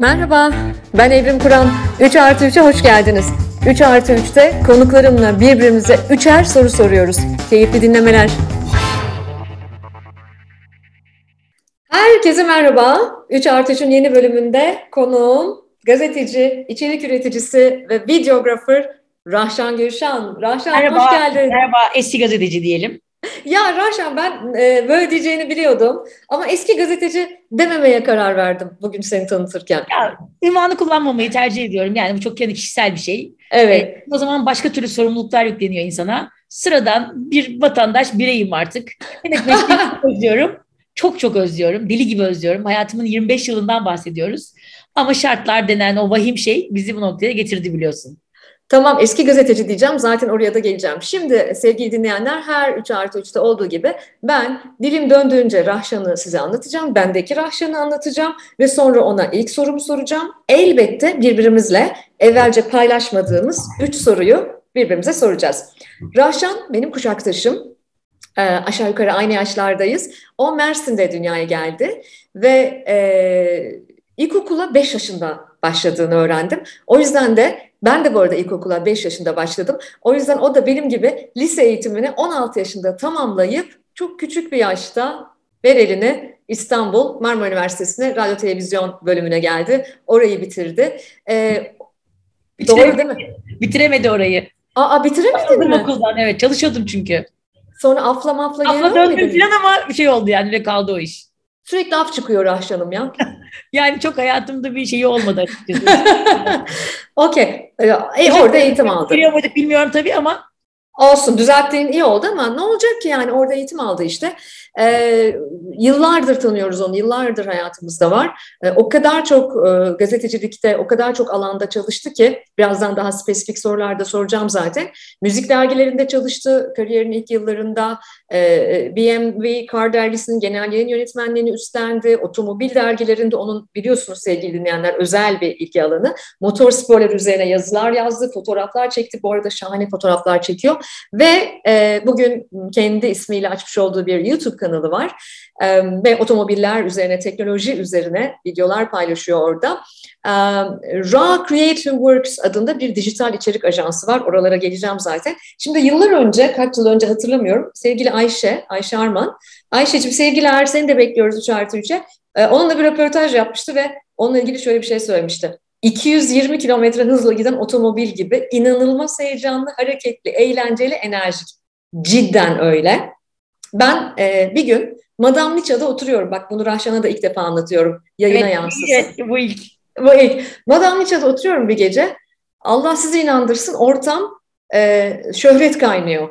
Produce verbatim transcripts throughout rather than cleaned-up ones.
Merhaba, ben Evrim Kur'an. üç artı üçe hoş geldiniz. üç artı üçte konuklarımla birbirimize üçer soru soruyoruz. Keyifli dinlemeler. Herkese merhaba. üç artı üçün yeni bölümünde konuğum gazeteci, içerik üreticisi ve videografer Rahşan Gülşan. Rahşan Merhaba, hoş geldin. merhaba. Eski gazeteci diyelim. Ya Rahşan ben e, böyle diyeceğini biliyordum ama eski gazeteci dememeye karar verdim bugün seni tanıtırken. Ya, ünvanı kullanmamayı tercih ediyorum. Yani bu çok kendi kişisel bir şey. Ee, Evet. o zaman başka türlü sorumluluklar yükleniyor insana. Sıradan bir vatandaş bireyim artık. Evet, mesleğimi çok özlüyorum. Çok çok özlüyorum. Deli gibi özlüyorum. Hayatımın yirmi beş yılından bahsediyoruz. Ama şartlar denen o vahim şey bizi bu noktaya getirdi biliyorsun. Tamam, eski gazeteci diyeceğim, zaten oraya da geleceğim. Şimdi sevgili dinleyenler, her üç artı üçte olduğu gibi ben dilim döndüğünce Rahşan'ı size anlatacağım. Bendeki Rahşan'ı anlatacağım ve sonra ona ilk sorumu soracağım. Elbette birbirimizle evvelce paylaşmadığımız üç soruyu birbirimize soracağız. Rahşan benim kuşaktaşım. E, aşağı yukarı aynı yaşlardayız. O Mersin'de dünyaya geldi ve e, ilkokula beş yaşında başladığını öğrendim. O yüzden de ben de bu arada ilkokula beş yaşında başladım. O yüzden o da benim gibi lise eğitimini on altı yaşında tamamlayıp çok küçük bir yaşta ver elini İstanbul Marmara Üniversitesi'ne radyo televizyon bölümüne geldi. Orayı bitirdi. E, doğru değil mi? Bitiremedi, bitiremedi orayı. Aa, bitiremedin Aldım mi? okuldan, evet, çalışıyordum çünkü. Sonra afla mafla geri Afla döndüm dönmedin mi? falan ama bir şey oldu yani ve kaldı o iş. Sürekli af çıkıyor Rahşan'ım ya. Yani çok hayatımda bir şey olmadı açıkçası. Okey. E, e, Hocam, orada eğitim aldı. biliyor muyduk bilmiyorum tabii ama Olsun, düzelttiğin iyi oldu ama ne olacak ki yani, orada eğitim aldı işte. Ee, yıllardır tanıyoruz onu, yıllardır hayatımızda var. Ee, o kadar çok e, gazetecilikte, o kadar çok alanda çalıştı ki birazdan daha spesifik sorularda soracağım zaten. Müzik dergilerinde çalıştı kariyerinin ilk yıllarında. Ee, B M W Car dergisinin genel yayın yönetmenliğini üstlendi. Otomobil dergilerinde onun, biliyorsunuz sevgili dinleyenler, özel bir ilgi alanı. Motor sporları üzerine yazılar yazdı, fotoğraflar çekti. Bu arada şahane fotoğraflar çekiyor. Ve e, bugün kendi ismiyle açmış olduğu bir YouTube kanalı var. E, ve otomobiller üzerine, teknoloji üzerine videolar paylaşıyor orada. E, Raw Creative Works adında bir dijital içerik ajansı var. Oralara geleceğim zaten. Şimdi yıllar önce, kaç yıl önce hatırlamıyorum, sevgili Ayşe, Ayşe Arman. Ayşe'cim sevgiler, seni de bekliyoruz üç artı üçe. E, onunla bir röportaj yapmıştı ve onunla ilgili şöyle bir şey söylemişti. iki yüz yirmi kilometre hızla giden otomobil gibi inanılmaz heyecanlı, hareketli, eğlenceli, enerjik. Cidden öyle. Ben e, bir gün Madame Niça'da oturuyorum. Bak, bunu Rahşan'a da ilk defa anlatıyorum. Yayına evet, yansısın. evet, bu ilk. Bu ilk. Madame Niça'da oturuyorum bir gece. Allah sizi inandırsın, ortam e, şöhret kaynıyor.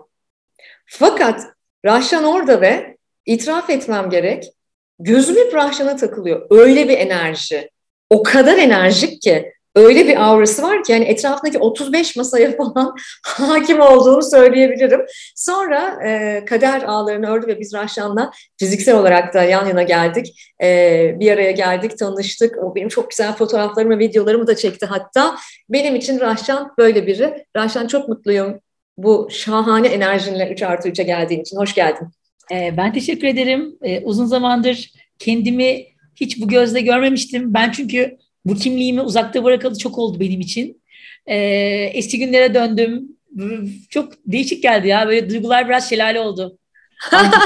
Fakat Rahşan orada ve itiraf etmem gerek, gözüm hep Rahşan'a takılıyor. Öyle bir enerji. O kadar enerjik ki, öyle bir aurası var ki, yani etrafındaki otuz beş masaya falan hakim olduğunu söyleyebilirim. Sonra e, kader ağlarını ördü ve biz Rahşan'la fiziksel olarak da yan yana geldik. E, bir araya geldik, tanıştık. O benim çok güzel fotoğraflarımı, videolarımı da çekti hatta. Benim için Rahşan böyle biri. Rahşan, çok mutluyum bu şahane enerjinle üç artı üçe geldiğin için. Hoş geldin. Ee, ben teşekkür ederim. Ee, uzun zamandır kendimi hiç bu gözle görmemiştim. Ben çünkü bu kimliğimi uzakta bırakalı çok oldu benim için. Ee, eski günlere döndüm. Çok değişik geldi ya. Böyle duygular biraz şelale oldu. Anladım.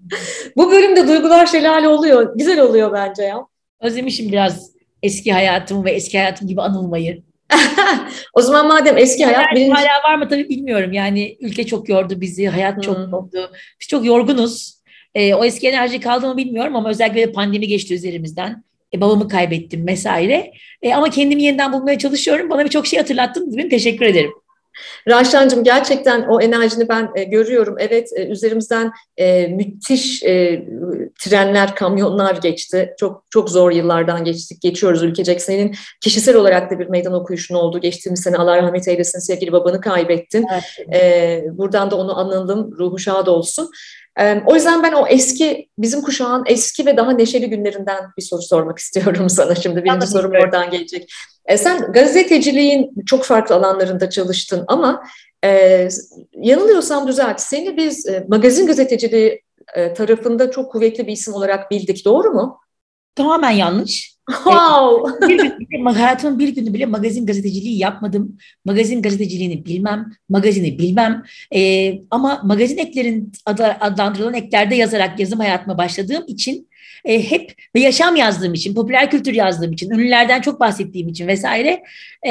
Bu bölümde duygular şelale oluyor. Güzel oluyor bence ya. Özlemişim biraz eski hayatımı ve eski hayatım gibi anılmayı. O zaman madem eski Hala, hayat birinci... hala var mı tabii bilmiyorum. Yani ülke çok yordu bizi, hayat çok Hmm. yordu. Biz çok yorgunuz. Ee, o eski enerji kaldı mı bilmiyorum ama özellikle de pandemi geçti üzerimizden. E, babamı kaybettim vesaire. E, ama kendimi yeniden bulmaya çalışıyorum. Bana birçok şey hatırlattınız. Benim teşekkür ederim. Rahşancığım, gerçekten o enerjini ben e, görüyorum. Evet, e, üzerimizden e, müthiş e, trenler, kamyonlar geçti. Çok çok zor yıllardan geçtik, geçiyoruz ülkecek. Senin kişisel olarak da bir meydan okuyuşun oldu. Geçtiğimiz sene Allah rahmet eylesin, sevgili babanı kaybettin. Evet. E, buradan da onu analım, ruhu şad olsun. E, o yüzden ben o eski, bizim kuşağın eski ve daha neşeli günlerinden bir soru sormak istiyorum sana şimdi. Birinci sorum oradan gelecek. E, sen gazeteciliğin çok farklı alanlarında çalıştın ama e, yanılıyorsam düzelt. Seni biz e, magazin gazeteciliği e, tarafında çok kuvvetli bir isim olarak bildik, doğru mu? Tamamen yanlış. Wow. Bir gün bile, hayatımın bir günü bile magazin gazeteciliği yapmadım. Magazin gazeteciliğini bilmem, magazini bilmem. Ee, ama magazin eklerin adı, adlandırılan eklerde yazarak yazım hayatıma başladığım için e, hep ve yaşam yazdığım için, popüler kültür yazdığım için, ünlülerden çok bahsettiğim için vesaire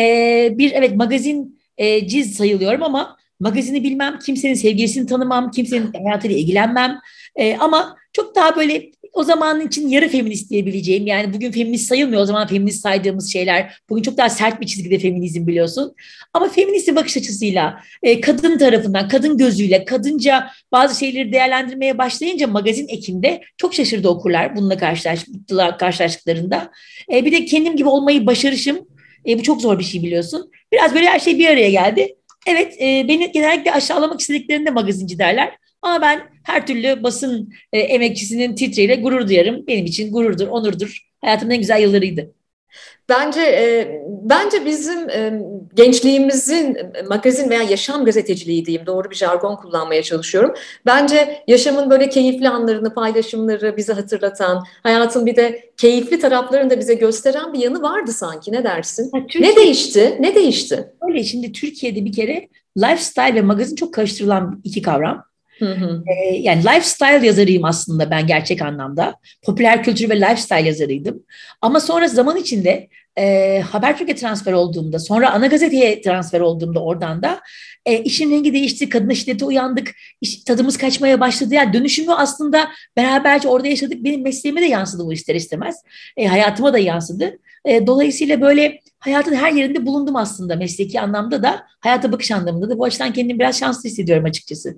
e, bir evet magazin e, ciz sayılıyorum ama magazini bilmem, kimsenin sevgilisini tanımam, kimsenin hayatıyla ilgilenmem. E, ama çok daha böyle o zaman için yarı feminist diyebileceğim, yani bugün feminist sayılmıyor, o zaman feminist saydığımız şeyler bugün çok daha sert bir çizgide feminizm, biliyorsun. Ama feminist bakış açısıyla e, kadın tarafından, kadın gözüyle, kadınca bazı şeyleri değerlendirmeye başlayınca magazin ekinde çok şaşırdı okurlar bununla karşılaştılar, karşılaştıklarında. E, bir de kendim gibi olmayı başarışım, e, bu çok zor bir şey biliyorsun. Biraz böyle her şey bir araya geldi. Evet, e, beni genellikle aşağılamak istediklerinde magazinci derler. Ama ben her türlü basın e, emekçisinin titreyle gurur duyarım. Benim için gururdur, onurdur. Hayatımın en güzel yıllarıydı. Bence e, bence bizim e, gençliğimizin e, magazin veya yaşam gazeteciliği diyeyim, doğru bir jargon kullanmaya çalışıyorum. Bence yaşamın böyle keyifli anlarını, paylaşımları bize hatırlatan, hayatın bir de keyifli taraflarını da bize gösteren bir yanı vardı sanki. Ne dersin? Ha, Ne Türkiye değişti? Ne değişti? öyle, şimdi Türkiye'de bir kere lifestyle ve magazin çok karıştırılan iki kavram. Hı hı. Ee, yani lifestyle yazarıyım aslında ben, gerçek anlamda. Popüler kültür ve lifestyle yazarıydım. Ama sonra zaman içinde e, Habertürk'e transfer olduğumda, sonra Ana Gazete'ye transfer olduğumda oradan da e, işin rengi değişti, kadına şiddete uyandık, iş, tadımız kaçmaya başladı. Yani dönüşümü aslında beraberce orada yaşadık. Benim mesleğime de yansıdı bu, ister istemez. E, hayatıma da yansıdı. E, dolayısıyla böyle hayatın her yerinde bulundum aslında, mesleki anlamda da, hayata bakış anlamında da. Bu açıdan kendimi biraz şanslı hissediyorum açıkçası.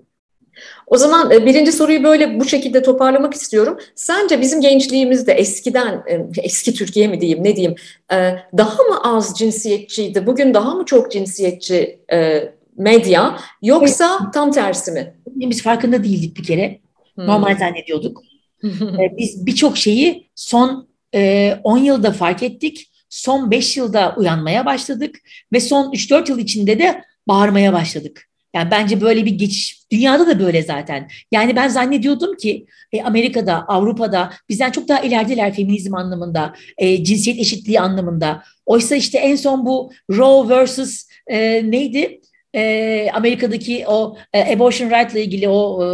O zaman e, birinci soruyu böyle bu şekilde toparlamak istiyorum. Sence bizim gençliğimizde eskiden, e, eski Türkiye mi diyeyim, ne diyeyim, e, daha mı az cinsiyetçiydi? Bugün daha mı çok cinsiyetçi e, medya, yoksa tam tersi mi? Biz farkında değildik bir kere. Normal Hmm. zannediyorduk. Ee, Biz birçok şeyi son e, on yılda fark ettik. Son beş yılda uyanmaya başladık. Ve son üç dört yıl içinde de bağırmaya başladık. Yani bence böyle bir geçiş, dünyada da böyle zaten. Yani ben zannediyordum ki e, Amerika'da, Avrupa'da bizden çok daha ilerideler feminizm anlamında, e, cinsiyet eşitliği anlamında. Oysa işte en son bu Roe versus e, neydi? E, Amerika'daki o e, abortion right ile ilgili o e,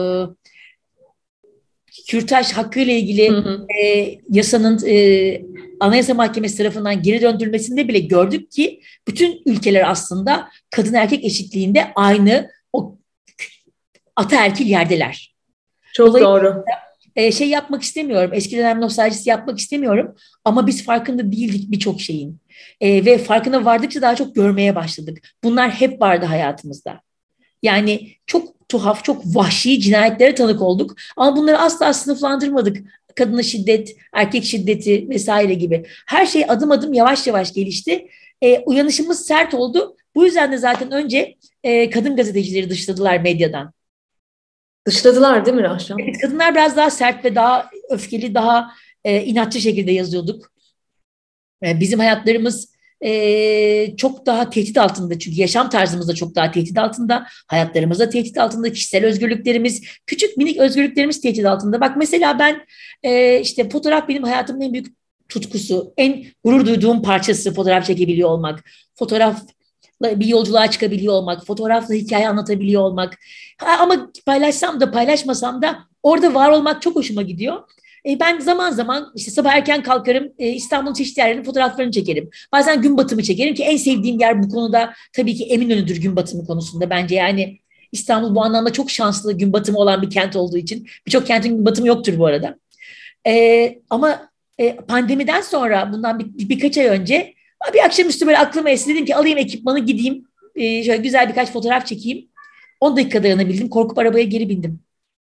kürtaj hakkı ile Hı ilgili hı. e, yasanın e, Anayasa Mahkemesi tarafından geri döndürülmesinde bile gördük ki bütün ülkeler aslında kadın erkek eşitliğinde aynı o ataerkil yerdeler. Çok Dolayısıyla doğru. e, şey yapmak istemiyorum, eski dönem nostaljisi yapmak istemiyorum ama biz farkında değildik birçok şeyin. E, ve farkına vardıkça daha çok görmeye başladık. Bunlar hep vardı hayatımızda. Yani çok tuhaf, çok vahşi cinayetlere tanık olduk. Ama bunları asla sınıflandırmadık. Kadına şiddet, erkek şiddeti vesaire gibi. Her şey adım adım yavaş yavaş gelişti. E, uyanışımız sert oldu. Bu yüzden de zaten önce e, kadın gazetecileri dışladılar medyadan. Dışladılar değil mi Rahşan? Evet, kadınlar biraz daha sert ve daha öfkeli, daha e, inatçı şekilde yazıyorduk. E, bizim hayatlarımız e, çok daha tehdit altında, çünkü yaşam tarzımız da çok daha tehdit altında, hayatlarımız da tehdit altında, kişisel özgürlüklerimiz, küçük minik özgürlüklerimiz tehdit altında. Bak mesela ben e, işte fotoğraf benim hayatımın en büyük tutkusu, en gurur duyduğum parçası fotoğraf çekebiliyor olmak, fotoğrafla bir yolculuğa çıkabiliyor olmak, fotoğrafla hikaye anlatabiliyor olmak. Ha, ama paylaşsam da paylaşmasam da orada var olmak çok hoşuma gidiyor. E, ben zaman zaman işte sabah erken kalkarım, e, İstanbul'un çeşitli yerlerinin fotoğraflarını çekerim. Bazen gün batımı çekerim ki en sevdiğim yer bu konuda tabii ki Eminönü'dür, gün batımı konusunda bence. Yani İstanbul bu anlamda çok şanslı, gün batımı olan bir kent olduğu için. Birçok kentin gün batımı yoktur bu arada. E, ama e, pandemiden sonra, bundan bir, birkaç ay önce bir akşamüstü böyle aklıma esti, dedim ki alayım ekipmanı, gideyim e, şöyle güzel birkaç fotoğraf çekeyim. on dakika dayanabildim, korkup arabaya geri bindim.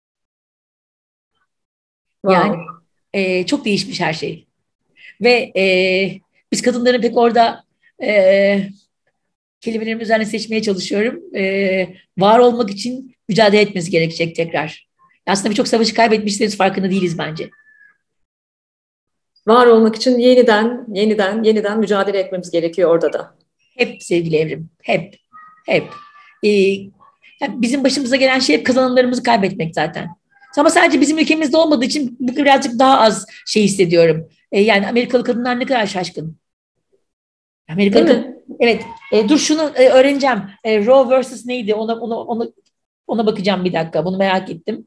Yani Wow. e, çok değişmiş her şey. Ve e, biz kadınların pek orada e, kelimelerimi üzerine seçmeye çalışıyorum. E, var olmak için mücadele etmesi gerekecek tekrar. Aslında birçok savaşı kaybetmişseniz farkında değiliz bence. Var olmak için yeniden, yeniden, yeniden mücadele etmemiz gerekiyor orada da. Hep sevgili Evrim, hep, hep. E, yani bizim başımıza gelen şey hep kazanımlarımızı kaybetmek zaten. Ama sadece bizim ülkemizde olmadığı için bu birazcık daha az şey hissediyorum. E, yani Amerikalı kadınlar ne kadar şaşkın. Değil Amerikalı kadın. mi? Evet. E, dur şunu e, öğreneceğim. E, Roe versus neydi? Ona, ona, ona, ona bakacağım bir dakika. Bunu merak ettim.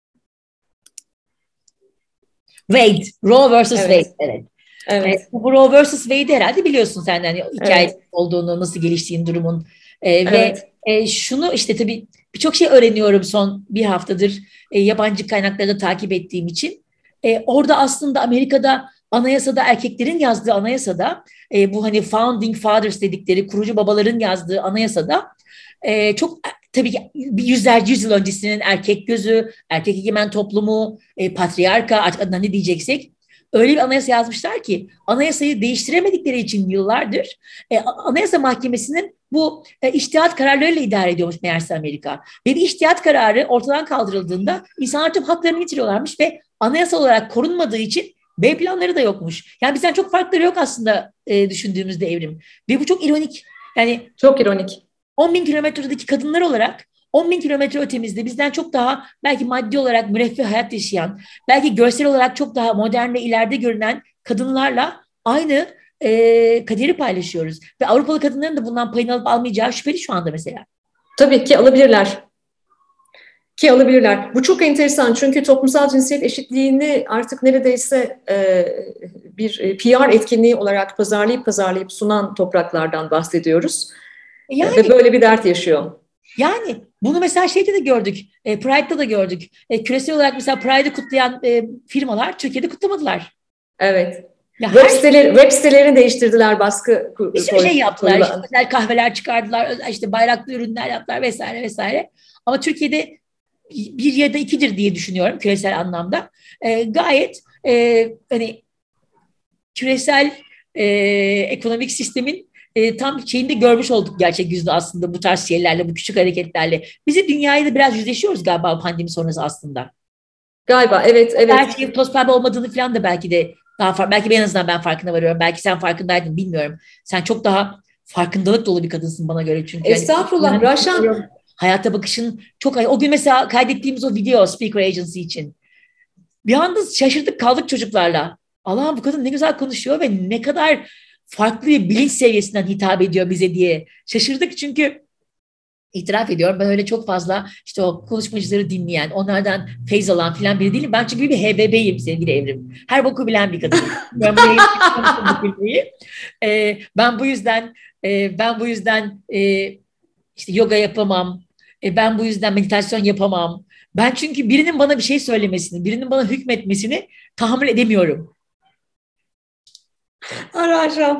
Wade. Roe versus Wade. Evet. Evet. Evet, Evet. bu Roe versus Wade'i herhalde biliyorsun sen de hani hikaye Evet. olduğunu, nasıl geliştiğini durumun. Ee, ve Evet. e, şunu işte tabii birçok şey öğreniyorum son bir haftadır e, yabancı kaynakları takip ettiğim için. E, orada aslında Amerika'da anayasada erkeklerin yazdığı anayasada e, bu hani founding fathers dedikleri kurucu babaların yazdığı anayasada e, çok e, tabii ki bir yüzlerce yüzyıl öncesinin erkek gözü, erkek egemen toplumu, e, patriarka artık adına ne diyeceksek öyle bir anayasa yazmışlar ki anayasayı değiştiremedikleri için yıllardır e, Anayasa Mahkemesi'nin bu e, içtihat kararlarıyla idare ediyormuş meğerse Amerika. Ve bir içtihat kararı ortadan kaldırıldığında insanlar tüm haklarını yitiriyorlarmış ve anayasa olarak korunmadığı için B planları da yokmuş. Yani bizden çok farkları yok aslında e, düşündüğümüzde Evrim. Ve bu çok ironik. Yani Çok ironik. on bin kilometredeki kadınlar olarak on bin kilometre ötemizde bizden çok daha belki maddi olarak müreffeh hayat yaşayan, belki görsel olarak çok daha modern ve ileride görünen kadınlarla aynı e, kaderi paylaşıyoruz. Ve Avrupalı kadınların da bundan payını alıp almayacağı şüpheli şu anda mesela. Tabii ki alabilirler. Ki alabilirler. Bu çok enteresan çünkü toplumsal cinsiyet eşitliğini artık neredeyse e, bir e, P R etkinliği olarak pazarlayıp pazarlayıp sunan topraklardan bahsediyoruz. E, ve Yani böyle bir dert yaşıyor. yani bunu mesela şeyde de gördük, e, Pride'da da gördük. E, küresel olarak mesela Pride'ı kutlayan e, firmalar Türkiye'de kutlamadılar. Evet. Ya Web her siteleri, web sitelerini değiştirdiler baskı bir ko- sürü şey koy- yaptılar. İşte koyulan. özel kahveler çıkardılar, özel- işte bayraklı ürünler yaptılar vesaire vesaire. Ama Türkiye'de bir ya da ikidir diye düşünüyorum küresel anlamda. E, gayet e, hani küresel e, ekonomik sistemin e, tam şeyini de görmüş olduk gerçek yüzde aslında bu tarz şeylerle, bu küçük hareketlerle. Bizi dünyayı da biraz yüzleşiyoruz galiba pandemi sonrası aslında. Galiba evet Her evet. şeyin toz pembe olmadığını falan da belki de daha far belki en azından ben farkına varıyorum. Belki sen farkındaydın bilmiyorum. Sen çok daha farkındalık dolu bir kadınsın bana göre çünkü yani Estağfurullah Raşan. hayata bakışın çok o gün mesela kaydettiğimiz o video Speaker Agency için bir anda şaşırdık kaldık çocuklarla. Allah'ım bu kadın ne güzel konuşuyor ve ne kadar farklı bir bilinç seviyesinden hitap ediyor bize diye şaşırdık çünkü İtiraf ediyorum ben öyle çok fazla işte o konuşmacıları dinleyen, onlardan feyz alan filan biri değilim. Ben çünkü bir H B B'yim sevgili Evrim. Her boku bilen bir kadınım. Ben bunu yayınlamıştım bu bilgiyi. Ee, ben bu yüzden e, ben bu yüzden e, işte yoga yapamam. E, ben bu yüzden meditasyon yapamam. Ben çünkü birinin bana bir şey söylemesini, birinin bana hükmetmesini tahammül edemiyorum. Raşan.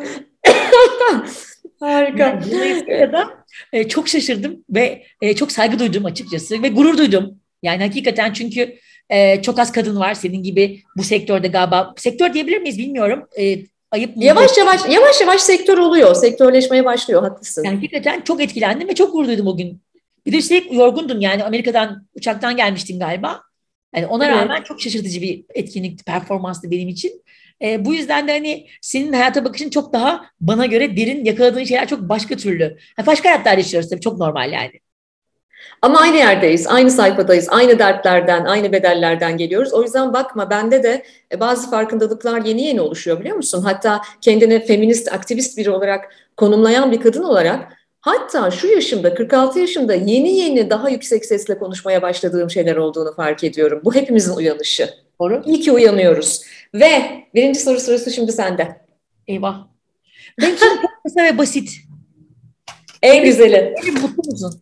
Harika. Yani dolayısıyla da e, çok şaşırdım ve e, çok saygı duydum açıkçası ve gurur duydum. Yani hakikaten çünkü e, çok az kadın var senin gibi bu sektörde galiba. Sektör diyebilir miyiz bilmiyorum. E, ayıp mı? Yavaş yavaş yavaş yavaş sektör oluyor. Sektörleşmeye başlıyor. Yani Haklısın. hakikaten çok etkilendim ve çok gurur duydum o gün. Bir de üstelik yorgundun yani Amerika'dan uçaktan gelmiştin galiba. Yani ona rağmen Evet. çok şaşırtıcı bir etkinlikti, performanstı benim için. E, bu yüzden de hani senin hayata bakışın çok daha bana göre derin, yakaladığın şeyler çok başka türlü. Ha, başka hayatlar yaşıyoruz tabii çok normal yani. Ama aynı yerdeyiz, aynı sayfadayız, aynı dertlerden, aynı bedellerden geliyoruz. O yüzden bakma bende de e, bazı farkındalıklar yeni yeni oluşuyor biliyor musun? Hatta kendini feminist, aktivist biri olarak konumlayan bir kadın olarak hatta şu yaşımda, kırk altı yaşımda yeni yeni daha yüksek sesle konuşmaya başladığım şeyler olduğunu fark ediyorum. Bu hepimizin uyanışı. Doğru. İyi ki uyanıyoruz. Ve birinci soru sırası şimdi sende. Eyvah. Benim sorum çok kısa ve basit. En Evrim, güzeli. evrim mutlu musun?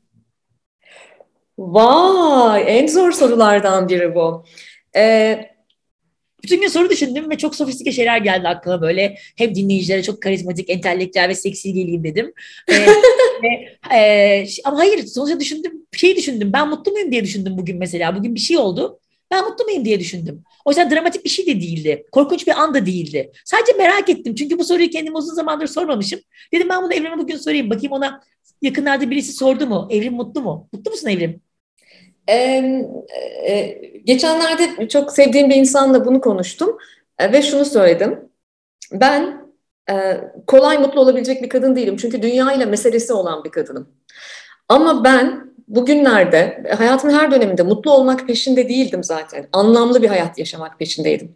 Vay, en zor sorulardan biri bu. Ee, Bütün gün soru düşündüm ve çok sofistike şeyler geldi aklıma böyle. Hem dinleyicilere çok karizmatik, entelektüel ve seksi geleyim dedim. Ee, ve, e, ama hayır sonuçta düşündüm, şey düşündüm. Ben mutlu muyum diye düşündüm bugün mesela. Bugün bir şey oldu. Ben mutlu muyum diye düşündüm. O yüzden dramatik bir şey de değildi. Korkunç bir an da değildi. Sadece merak ettim. Çünkü bu soruyu kendime uzun zamandır sormamışım. Dedim ben bunu Evrim'e bugün sorayım. Bakayım ona yakınlarda birisi sordu mu? Evrim mutlu mu? Mutlu musun Evrim? Ee, e, geçenlerde çok sevdiğim bir insanla bunu konuştum e, ve şunu söyledim. Ben e, kolay mutlu olabilecek bir kadın değilim çünkü dünya ile meselesi olan bir kadınım. Ama ben bugünlerde hayatımın her döneminde mutlu olmak peşinde değildim zaten. Anlamlı bir hayat yaşamak peşindeydim.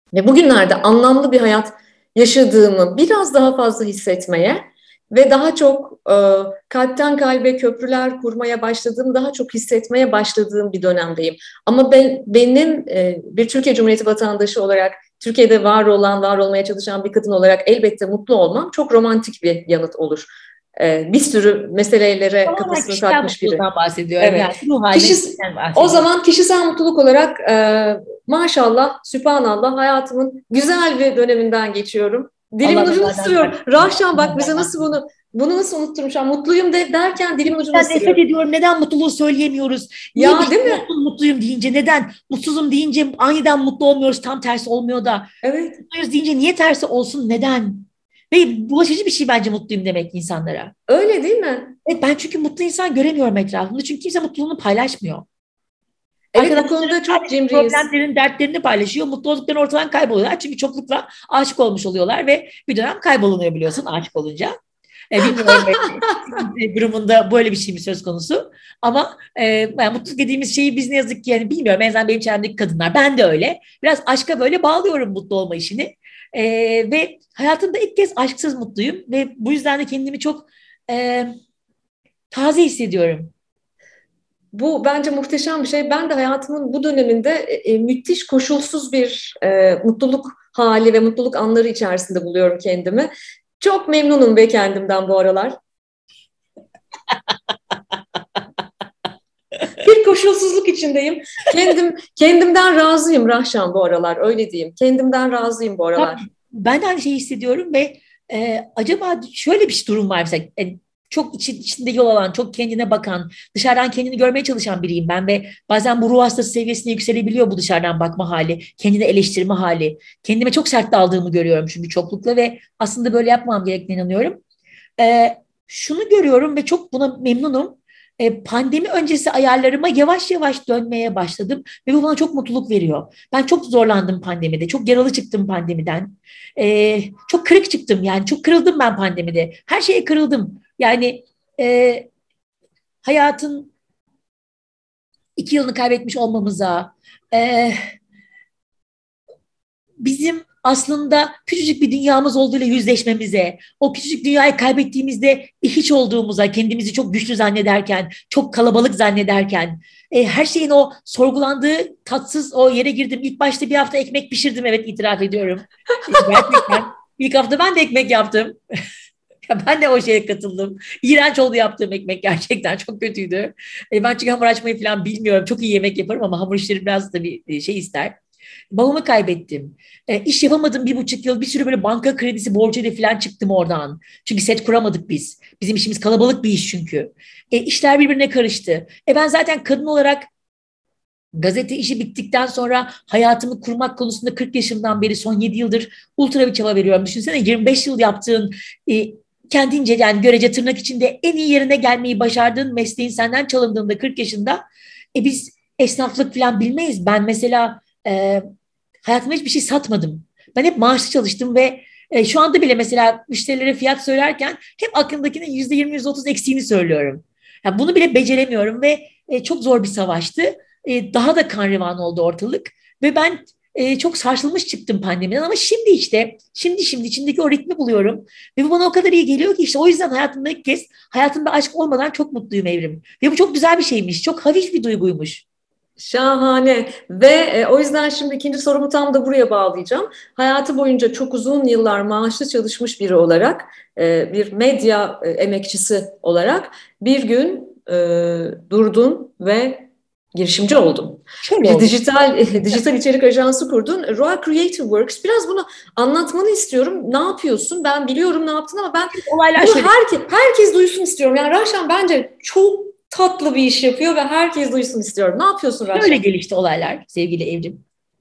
ve bugünlerde anlamlı bir hayat yaşadığımı biraz daha fazla hissetmeye ve daha çok e, kalpten kalbe köprüler kurmaya başladığım, daha çok hissetmeye başladığım bir dönemdeyim. Ama ben, benim e, bir Türkiye Cumhuriyeti vatandaşı olarak, Türkiye'de var olan, var olmaya çalışan bir kadın olarak elbette mutlu olmam çok romantik bir yanıt olur. E, bir sürü meselelere Tamamen kafasını kişisel takmış biri. mutluluktan bahsediyorum. Evet. Yani ruh haline Kişis gitmekten O bahsediyorum. zaman kişisel mutluluk olarak e, maşallah, sübhanallah hayatımın güzel bir döneminden geçiyorum. Dilimin Allah ucunu nazardan ısırıyorum. saklasın. Rahşan bak bize Nazardan nasıl saklasın. bunu bunu nasıl unutturmuşum. Mutluyum de derken dilimin ucunu Ben nefret ısırıyorum. ediyorum. Neden mutluluğu söyleyemiyoruz? Niye bir Ya şey değil mi? olsun mutluyum deyince neden? Mutsuzum deyince aniden mutlu olmuyoruz. Tam tersi olmuyor da. Evet. Mutluyuz deyince niye tersi olsun? Neden? Ve bulaşıcı bir şey bence mutluyum demek insanlara. Öyle değil mi? Evet, ben çünkü mutlu insan göremiyorum etrafımda. Çünkü kimse mutluluğunu paylaşmıyor. Evet, bu Arkadaşlarım konuda çok sadece cimriyiz. problemlerin, dertlerini paylaşıyor. Mutlu olduklarını ortadan kayboluyorlar. Çünkü çoklukla aşık olmuş oluyorlar ve bir dönem kaybolunuyor biliyorsun aşık olunca. E, bilmiyorum e, durumunda böyle bir şey mi söz konusu. Ama e, yani mutluluk dediğimiz şeyi biz ne yazık ki yani bilmiyorum. En azından benim çevremdeki kadınlar. Ben de öyle. Biraz aşka böyle bağlıyorum mutlu olma işini. E, ve hayatımda ilk kez aşksız mutluyum. Ve bu yüzden de kendimi çok e, taze hissediyorum. Bu bence muhteşem bir şey. Ben de hayatımın bu döneminde e, e, müthiş koşulsuz bir e, mutluluk hali ve mutluluk anları içerisinde buluyorum kendimi. Çok memnunum be kendimden bu aralar. Bir koşulsuzluk içindeyim. Kendim kendimden razıyım Rahşan bu aralar. Öyle diyeyim. Kendimden razıyım bu Ya, aralar. ben de aynı şeyi hissediyorum ve e, acaba şöyle bir durum var mesela e, çok içi- içinde yol alan, çok kendine bakan, dışarıdan kendini görmeye çalışan biriyim ben ve bazen bu ruh hastası seviyesine yükselebiliyor bu dışarıdan bakma hali, kendini eleştirme hali. Kendime çok sert daldığımı görüyorum çünkü çoklukla ve aslında böyle yapmam gerektiğine inanıyorum. E, Şunu görüyorum ve çok buna memnunum. E, pandemi öncesi ayarlarıma yavaş yavaş dönmeye başladım ve bu bana çok mutluluk veriyor. Ben çok zorlandım pandemide, çok yaralı çıktım pandemiden. E, çok kırık çıktım yani, çok kırıldım ben pandemide. Her şeye kırıldım. Yani e, hayatın iki yılını kaybetmiş olmamıza, e, bizim aslında küçücük bir dünyamız olduğuyla yüzleşmemize, o küçücük dünyayı kaybettiğimizde hiç olduğumuza, kendimizi çok güçlü zannederken, çok kalabalık zannederken, e, her şeyin o sorgulandığı tatsız o yere girdim. İlk başta bir hafta ekmek pişirdim, evet itiraf ediyorum. E, gerçekten ilk hafta ben de ekmek yaptım. Ben de o şeye katıldım. İğrenç oldu yaptığım ekmek gerçekten çok kötüydü. E, ben çünkü hamur açmayı falan bilmiyorum. Çok iyi yemek yaparım ama hamur işleri biraz da bir şey ister. Babamı kaybettim. E, iş yapamadım bir buçuk yıl. Bir sürü böyle banka kredisi borcuyla falan çıktım oradan. Çünkü set kuramadık biz. Bizim işimiz kalabalık bir iş çünkü. E, işler birbirine karıştı. E, ben zaten kadın olarak gazete işi bittikten sonra hayatımı kurmak konusunda kırk yaşımdan beri son yedi yıldır ultra bir çaba veriyorum. Düşünsene yirmi beş yıl yaptığın e, kendince yani görece tırnak içinde en iyi yerine gelmeyi başardığın mesleğin senden çalındığında kırk yaşında e, biz esnaflık falan bilmeyiz. Ben mesela e, hayatımda hiçbir şey satmadım. Ben hep maaşlı çalıştım ve e, şu anda bile mesela müşterilere fiyat söylerken hep aklımdakinin yüzde yirmi, yüzde otuz eksiğini söylüyorum. Yani bunu bile beceremiyorum ve e, çok zor bir savaştı. E, daha da kan revan oldu ortalık ve ben e, çok sarsılmış çıktım pandemiden ama şimdi işte şimdi şimdi içimdeki o ritmi buluyorum ve bu bana o kadar iyi geliyor ki işte o yüzden hayatımda ilk kez hayatımda aşk olmadan çok mutluyum Evrim ve bu çok güzel bir şeymiş, çok hafif bir duyguymuş. Şahane ve e, o yüzden şimdi ikinci sorumu tam da buraya bağlayacağım. Hayatı boyunca çok uzun yıllar maaşlı çalışmış biri olarak, e, bir medya e, emekçisi olarak bir gün e, durdun ve girişimci oldun. Şöyle Bir oldu. dijital dijital içerik ajansı kurdun. Roa Creative Works. Biraz bunu anlatmanı istiyorum. Ne yapıyorsun? Ben biliyorum ne yaptın ama ben Olaylar bunu şöyle. herkes herkes duysun istiyorum. Yani Rahşan bence çok tatlı bir iş yapıyor ve herkes duysun istiyorum. Ne yapıyorsun Şöyle Rahşan? gelişti olaylar sevgili Evrim.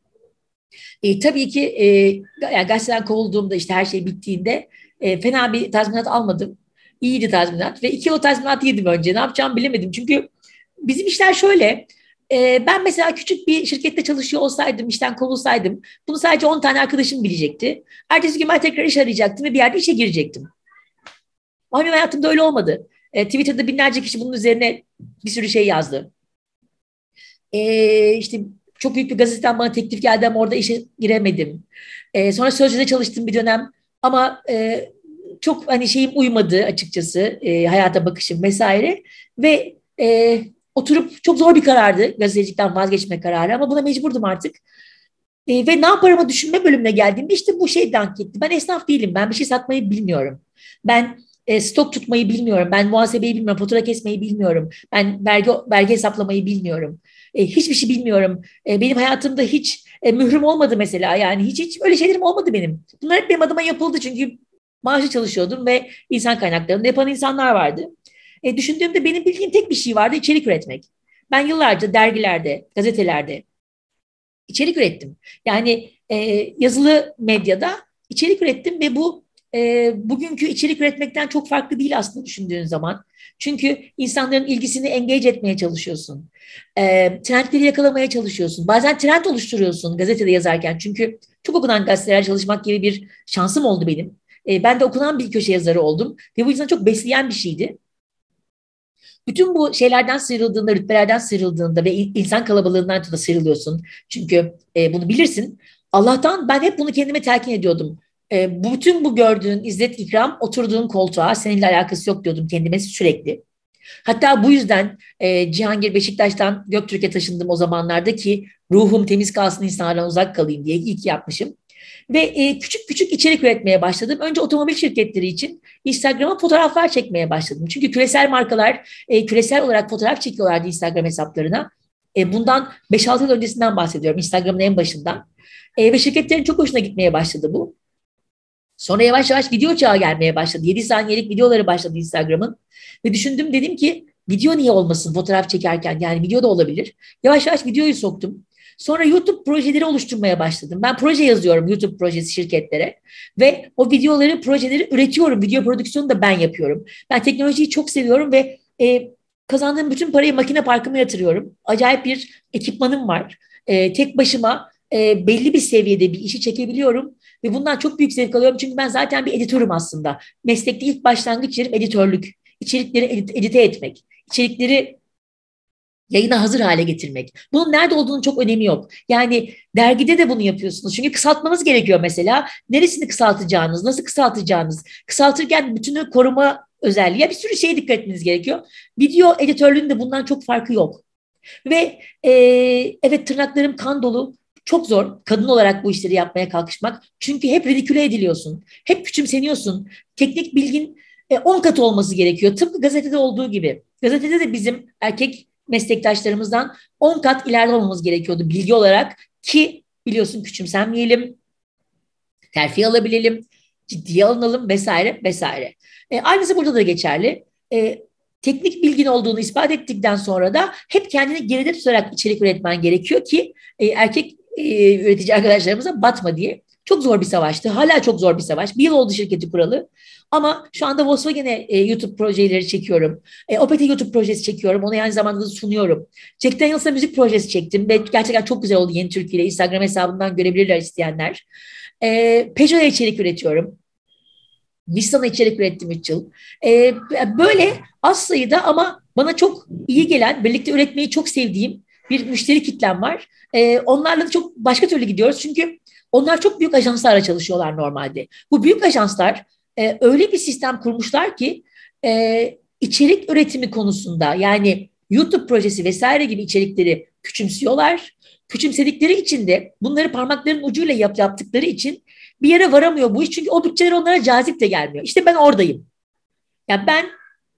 E, tabii ki e, yani gazeteden kovulduğumda işte her şey bittiğinde e, fena bir tazminat almadım. İyiydi tazminat ve iki yıl o tazminatı yedim önce. Ne yapacağımı bilemedim. Çünkü bizim işler şöyle. E, ben mesela küçük bir şirkette çalışıyor olsaydım, işten kovulsaydım bunu sadece on tane arkadaşım bilecekti. Ertesi gün ben tekrar iş arayacaktım ve bir yerde işe girecektim. Ama benim hayatımda öyle olmadı. E, Twitter'da binlerce kişi bunun üzerine bir sürü şey yazdı. E, işte çok büyük bir gazeteden bana teklif geldi ama orada işe giremedim. E, sonra Sözcü'de çalıştım bir dönem ama e, çok hani şeyim uymadı açıkçası, e, hayata bakışım vesaire ve e, oturup çok zor bir karardı gazetecilikten vazgeçme kararı ama buna mecburdum artık. E, ve ne yaparımı düşünme bölümüne geldiğimde işte bu şey dank etti. Ben esnaf değilim. Ben bir şey satmayı bilmiyorum. Ben e, stok tutmayı bilmiyorum. Ben muhasebeyi bilmiyorum. Fatura kesmeyi bilmiyorum. Ben vergi vergi hesaplamayı bilmiyorum. E, hiçbir şey bilmiyorum. E, benim hayatımda hiç e, mührüm olmadı mesela. Yani hiç hiç öyle şeylerim olmadı benim. Bunlar hep benim adıma yapıldı çünkü maaşlı çalışıyordum ve insan kaynaklarında yapan insanlar vardı. E, düşündüğümde benim bildiğim tek bir şey vardı, içerik üretmek. Ben yıllarca dergilerde, gazetelerde içerik ürettim. Yani e, yazılı medyada içerik ürettim ve bu e, bugünkü içerik üretmekten çok farklı değil aslında düşündüğün zaman. Çünkü insanların ilgisini engage etmeye çalışıyorsun. E, trendleri yakalamaya çalışıyorsun. Bazen trend oluşturuyorsun gazetede yazarken. Çünkü çok okunan gazeteler çalışmak gibi bir şansım oldu benim. E, ben de okunan bir köşe yazarı oldum ve bu yüzden çok besleyen bir şeydi. Bütün bu şeylerden sıyrıldığında, rütbelerden sıyrıldığında ve insan kalabalığından da sıyrılıyorsun. Çünkü e, bunu bilirsin. Allah'tan ben hep bunu kendime telkin ediyordum. E, bütün bu gördüğün izzet ikram oturduğun koltuğa seninle alakası yok diyordum kendime sürekli. Hatta bu yüzden e, Cihangir Beşiktaş'tan Göktürk'e taşındım o zamanlarda ki ruhum temiz kalsın insanlardan uzak kalayım diye iyi ki yapmışım. Ve e, küçük küçük içerik üretmeye başladım. Önce otomobil şirketleri için Instagram'a fotoğraflar çekmeye başladım. Çünkü küresel markalar e, küresel olarak fotoğraf çekiyorlardı Instagram hesaplarına. E, bundan beş altı yıl öncesinden bahsediyorum, Instagram'ın en başından. E, ve şirketlerin çok hoşuna gitmeye başladı bu. Sonra yavaş yavaş video çağı gelmeye başladı. yedi saniyelik videoları başladı Instagram'ın. Ve düşündüm, dedim ki video niye olmasın fotoğraf çekerken, yani video da olabilir. Yavaş yavaş videoyu soktum. Sonra YouTube projeleri oluşturmaya başladım. Ben proje yazıyorum YouTube projesi şirketlere ve o videoları, projeleri üretiyorum. Video prodüksiyonu da ben yapıyorum. Ben teknolojiyi çok seviyorum ve e, kazandığım bütün parayı makine parkıma yatırıyorum. Acayip bir ekipmanım var. E, tek başıma e, belli bir seviyede bir işi çekebiliyorum ve bundan çok büyük zevk alıyorum. Çünkü ben zaten bir editörüm aslında. Meslekte ilk başlangıç yerim editörlük. İçerikleri edit, edite etmek. İçerikleri yayına hazır hale getirmek. Bunun nerede olduğunun çok önemi yok. Yani dergide de bunu yapıyorsunuz. Çünkü kısaltmanız gerekiyor mesela. Neresini kısaltacağınız, nasıl kısaltacağınız. Kısaltırken bütünü koruma özelliği, bir sürü şeye dikkat etmeniz gerekiyor. Video editörlüğünde bundan çok farkı yok. Ve e, evet, tırnaklarım kan dolu. Çok zor kadın olarak bu işleri yapmaya kalkışmak. Çünkü hep ridiküle ediliyorsun. Hep küçümseniyorsun. Teknik bilgin e, on katı olması gerekiyor. Tıpkı gazetede olduğu gibi. Gazetede de bizim erkek meslektaşlarımızdan on kat ileride olmamız gerekiyordu bilgi olarak ki biliyorsun küçümsenmeyelim, terfi alabilelim, ciddiye alınalım vesaire vesaire. E, aynısı burada da geçerli. E, teknik bilgin olduğunu ispat ettikten sonra da hep kendini geride tutarak içerik üretmen gerekiyor ki e, erkek e, üretici arkadaşlarımıza batma diye. Çok zor bir savaştı. Hala çok zor bir savaş. Bir yıl oldu şirketi kuralı. Ama şu anda Volkswagen'e e, YouTube projeleri çekiyorum. E, Opet'e YouTube projesi çekiyorum. Onu aynı zamanda da sunuyorum. Jack Daniels'a müzik projesi çektim. Ve gerçekten çok güzel oldu Yeni Türkiye ile. Instagram hesabından görebilirler isteyenler. E, Peugeot'a içerik üretiyorum. Nissan'a içerik ürettim üç yıl. E, böyle az sayıda ama bana çok iyi gelen, birlikte üretmeyi çok sevdiğim bir müşteri kitlem var. E, onlarla da çok başka türlü gidiyoruz. Çünkü onlar çok büyük ajanslarla çalışıyorlar normalde. Bu büyük ajanslar e, öyle bir sistem kurmuşlar ki e, içerik üretimi konusunda, yani YouTube projesi vesaire gibi içerikleri küçümsüyorlar. Küçümsedikleri için de bunları parmaklarının ucuyla yap, yaptıkları için bir yere varamıyor bu iş. Çünkü o bütçeler onlara cazip de gelmiyor. İşte ben oradayım. Ya ben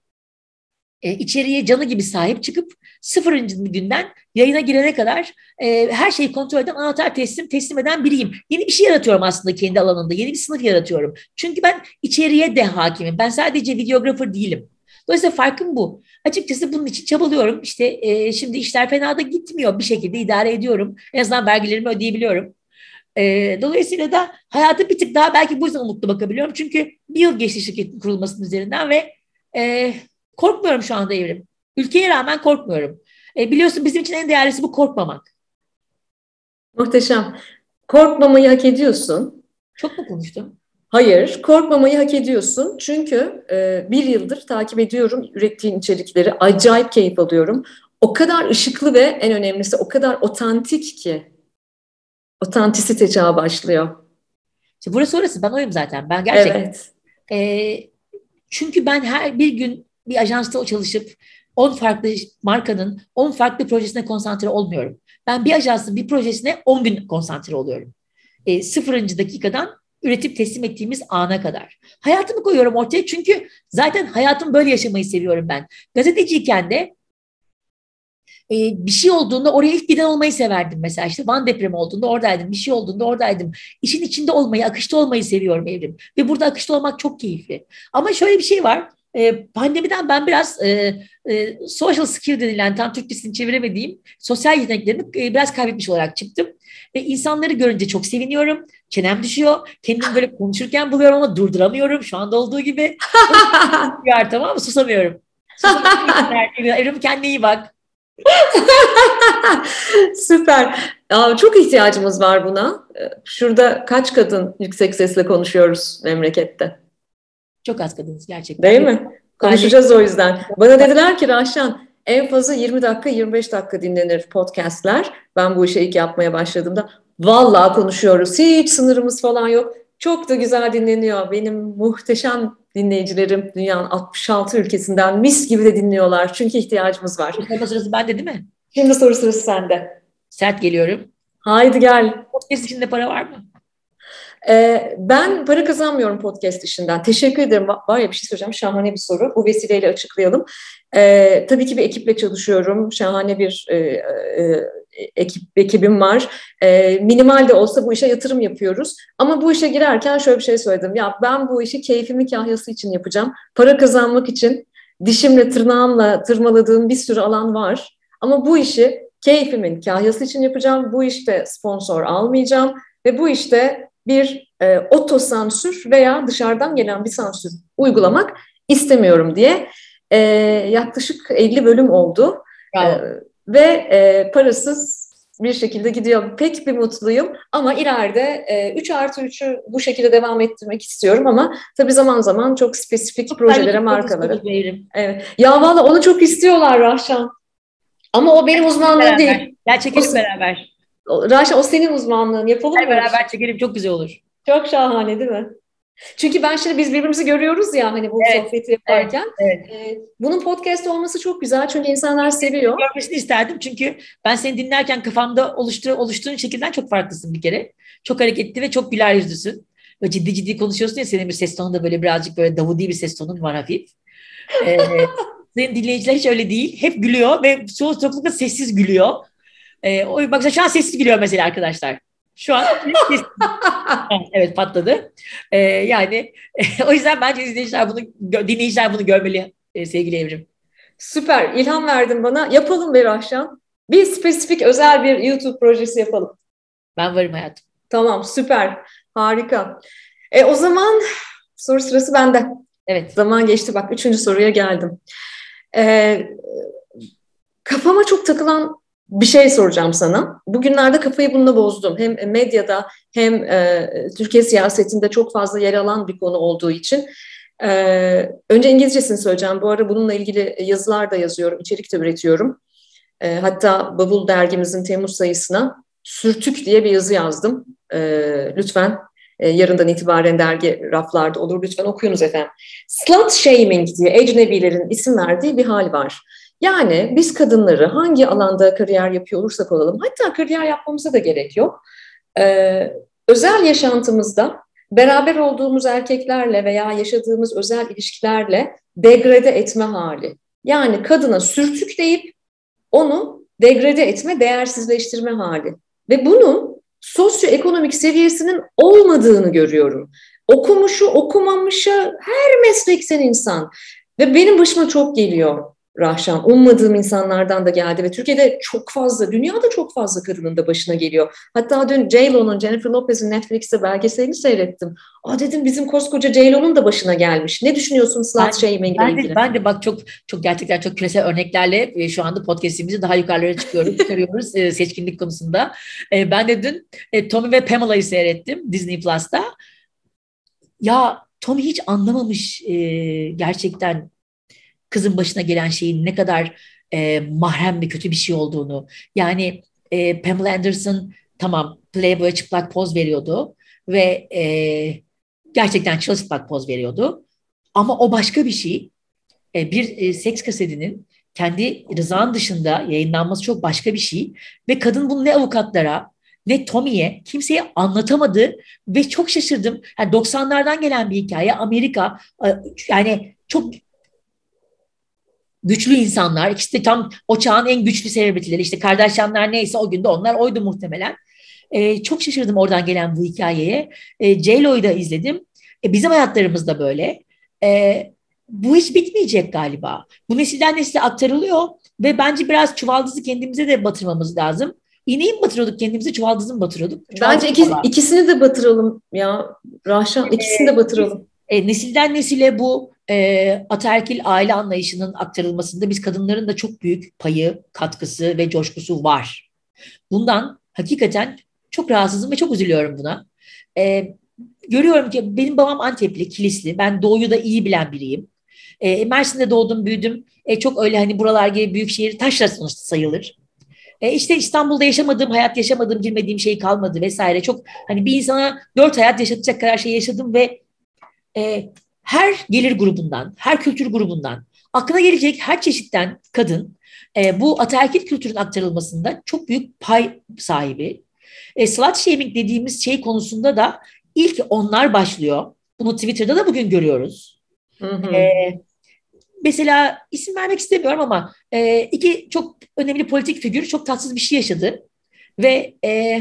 e, içeriye canı gibi sahip çıkıp sıfırıncı günden yayına girene kadar e, her şeyi kontrol eden, anahtar teslim teslim eden biriyim. Yeni bir şey yaratıyorum aslında kendi alanında. Yeni bir sınıf yaratıyorum. Çünkü ben içeriye de hakimim. Ben sadece videographer değilim. Dolayısıyla farkım bu. Açıkçası bunun için çabalıyorum. İşte e, şimdi işler fena da gitmiyor. Bir şekilde idare ediyorum. En azından vergilerimi ödeyebiliyorum. E, dolayısıyla da hayata bir tık daha belki bu yüzden umutlu bakabiliyorum. Çünkü bir yıl geçti şirketin kurulmasının üzerinden ve e, korkmuyorum şu anda Evrim. Ülkeye rağmen korkmuyorum. E, biliyorsun bizim için en değerlisi bu, korkmamak. Muhteşem. Korkmamayı hak ediyorsun. Çok mu konuştum? Hayır, korkmamayı hak ediyorsun. Çünkü e, bir yıldır takip ediyorum ürettiğin içerikleri. Acayip keyif alıyorum. o kadar ışıklı ve en önemlisi o kadar otantik ki. Otantisite çağı başlıyor. İşte burası orası, ben oyum zaten. Ben gerçekten. Evet. E, çünkü ben her bir gün bir ajansta çalışıp on farklı markanın on farklı projesine konsantre olmuyorum. Ben bir ajansın bir projesine on gün konsantre oluyorum. E, sıfırıncı dakikadan üretip teslim ettiğimiz ana kadar. Hayatımı koyuyorum ortaya, çünkü zaten hayatımı böyle yaşamayı seviyorum ben. Gazeteciyken de e, bir şey olduğunda oraya ilk giden olmayı severdim mesela. İşte Van depremi olduğunda oradaydım, bir şey olduğunda oradaydım. İşin içinde olmayı, akışta olmayı seviyorum Evrim. Ve burada akışta olmak çok keyifli. Ama şöyle bir şey var. E, pandemiden ben biraz e, e, social skill denilen, tam Türkçesini çeviremediğim sosyal yeteneklerimi e, biraz kaybetmiş olarak çıktım. Ve insanları görünce çok seviniyorum. Çenem düşüyor. Kendimi böyle konuşurken buluyorum ama durduramıyorum. Şu anda olduğu gibi. Var, tamam mı? Susamıyorum. Susamıyorum. Evrim, kendine iyi bak. Süper. Aa, çok ihtiyacımız var buna. Şurada kaç kadın yüksek sesle konuşuyoruz memlekette? Çok az kadınız gerçekten. Değil mi? Konuşacağız o yüzden. Bana dediler ki Rahşan, en fazla yirmi dakika yirmi beş dakika dinlenir podcastler. Ben bu işe ilk yapmaya başladığımda vallahi konuşuyoruz. Hiç sınırımız falan yok. Çok da güzel dinleniyor. Benim muhteşem dinleyicilerim dünyanın altmış altı ülkesinden mis gibi de dinliyorlar. Çünkü ihtiyacımız var. Sorma sırası bende değil mi? Şimdi soru sırası sende. Sert geliyorum. Haydi gel. Podcast içinde para var mı? Ee, ben para kazanmıyorum podcast işinden. Teşekkür ederim. Var ya, bir şey söyleyeceğim. Şahane bir soru. Bu vesileyle açıklayalım. Ee, tabii ki bir ekiple çalışıyorum. Şahane bir e, e, ekip ekibim var. E, minimal de olsa bu işe yatırım yapıyoruz. Ama bu işe girerken şöyle bir şey söyledim. Ya ben bu işi keyfimin kahyası için yapacağım. Para kazanmak için dişimle tırnağımla tırmaladığım bir sürü alan var. Ama bu işi keyfimin kahyası için yapacağım. Bu işte sponsor almayacağım. Ve bu işte bir e, otosansür veya dışarıdan gelen bir sansür uygulamak istemiyorum diye e, yaklaşık elli bölüm oldu. E, ve e, parasız bir şekilde gidiyor. Pek bir mutluyum ama ileride e, üç artı üçü bu şekilde devam ettirmek istiyorum ama tabii zaman zaman çok spesifik çok projelere, markalara. Evet. Ya valla onu çok istiyorlar Rahşan. Ama o benim uzmanlığım değil. Gel çekelim beraber. Raşa, o senin uzmanlığın. Yapalım mı? Beraber çekelim, çok güzel olur. Çok şahane değil mi? Çünkü ben şimdi biz birbirimizi görüyoruz ya hani bu evet, sohbeti yaparken. Evet, evet. E, bunun podcast olması çok güzel çünkü insanlar seviyor. Görmesini isterdim çünkü ben seni dinlerken kafamda oluştur, oluştuğun şekilden çok farklısın bir kere. Çok hareketli ve çok güler yüzlüsün. Ve ciddi ciddi konuşuyorsun ya, senin bir ses tonun da böyle birazcık böyle Davudi bir ses tonun var hafif. Ee, senin dinleyiciler hiç öyle değil. Hep gülüyor ve çoğu çoklukla sessiz gülüyor. Ee, o, bak şu an sessiz gülüyor mesela arkadaşlar. Şu an evet, patladı. Ee, yani o yüzden bence izleyiciler bunu, dinleyiciler bunu görmeli e, sevgili Evrim. Süper. İlham verdin bana. Yapalım bir akşam. Bir spesifik özel bir YouTube projesi yapalım. Ben varım hayatım. Tamam, süper. Harika. E, o zaman soru sırası bende. Evet. Zaman geçti, bak üçüncü soruya geldim. E, kafama çok takılan bir şey soracağım sana. Bugünlerde kafayı bununla bozdum. Hem medyada hem e, Türkiye siyasetinde çok fazla yer alan bir konu olduğu için. E, önce İngilizcesini söyleyeceğim. Bu ara bununla ilgili yazılar da yazıyorum, içerik de üretiyorum. E, hatta Bavul dergimizin Temmuz sayısına sürtük diye bir yazı yazdım. E, lütfen e, yarından itibaren dergi raflarda olur. Lütfen okuyunuz efendim. Slut shaming diye ecnebilerin isim verdiği bir hal var. Yani biz kadınları hangi alanda kariyer yapıyor olursak olalım, hatta kariyer yapmamıza da gerek yok. Ee, özel yaşantımızda beraber olduğumuz erkeklerle veya yaşadığımız özel ilişkilerle degrade etme hali. Yani kadına sürtük deyip onu degrade etme, değersizleştirme hali. Ve bunun sosyoekonomik seviyesinin olmadığını görüyorum. Okumuşu, okumamışı, her meslekten insan. Ve benim başıma çok geliyor. Rahşan, ummadığım insanlardan da geldi ve Türkiye'de çok fazla, dünyada çok fazla kadının da başına geliyor. Hatta dün J Lo'nun, Jennifer Lopez'in Netflix'te belgeselini seyrettim. Aa dedim, bizim koskoca J Lo'nun da başına gelmiş. Ne düşünüyorsun slut shaming ile ilgili? Ben de bak çok çok gerçekten çok küresel örneklerle şu anda podcast'imizi daha yukarılara çıkıyoruz, çıkarıyoruz seçkinlik konusunda. Ben de dün Tommy ve Pamela'yı seyrettim Disney Plus'ta. Ya Tommy hiç anlamamış gerçekten kızın başına gelen şeyin ne kadar e, mahrem ve kötü bir şey olduğunu. Yani e, Pamela Anderson tamam Playboy'a çıplak poz veriyordu ve e, gerçekten çıplak poz veriyordu. Ama o başka bir şey. E, bir e, seks kasetinin kendi rızan dışında yayınlanması çok başka bir şey. Ve kadın bunu ne avukatlara ne Tommy'ye kimseye anlatamadı ve çok şaşırdım. Yani doksanlardan gelen bir hikaye. Amerika e, yani çok güçlü insanlar. İşte tam o çağın en güçlü selebritileri. İşte Kardashianlar neyse o günde onlar oydu muhtemelen. E, çok şaşırdım oradan gelen bu hikayeye. E, J-Lo'yu da izledim. E, bizim hayatlarımız da böyle. E, Bu hiç bitmeyecek galiba. Bu nesilden nesile aktarılıyor ve bence biraz çuvaldızı kendimize de batırmamız lazım. İğneyi mi batırıyorduk kendimize, çuvaldızı mı batırıyorduk? Bence Çuvaldızı iki, valla. ikisini de batıralım ya Rahşan, ikisini de Biz, batıralım. e, nesilden nesile bu e, ataerkil aile anlayışının aktarılmasında biz kadınların da çok büyük payı, katkısı ve coşkusu var. Bundan hakikaten çok rahatsızım ve çok üzülüyorum buna. E, Görüyorum ki benim babam Antepli, Kilisli. Ben doğuyu da iyi bilen biriyim. E, Mersin'de doğdum, büyüdüm. E, çok öyle hani buralar gibi büyük şehir taşra sonuçta sayılır. E, işte İstanbul'da yaşamadığım, hayat yaşamadığım, bilmediğim şey kalmadı vesaire. Çok hani bir insana dört hayat yaşatacak kadar şey yaşadım ve e, her gelir grubundan, her kültür grubundan, aklına gelecek her çeşitten kadın e, bu ataerkil kültürün aktarılmasında çok büyük pay sahibi. E, slut shaming dediğimiz şey konusunda da ilk onlar başlıyor. Bunu Twitter'da da bugün görüyoruz. Hı E, hı. Mesela isim vermek istemiyorum ama e, iki çok önemli politik figür çok tatsız bir şey yaşadı. Ve e,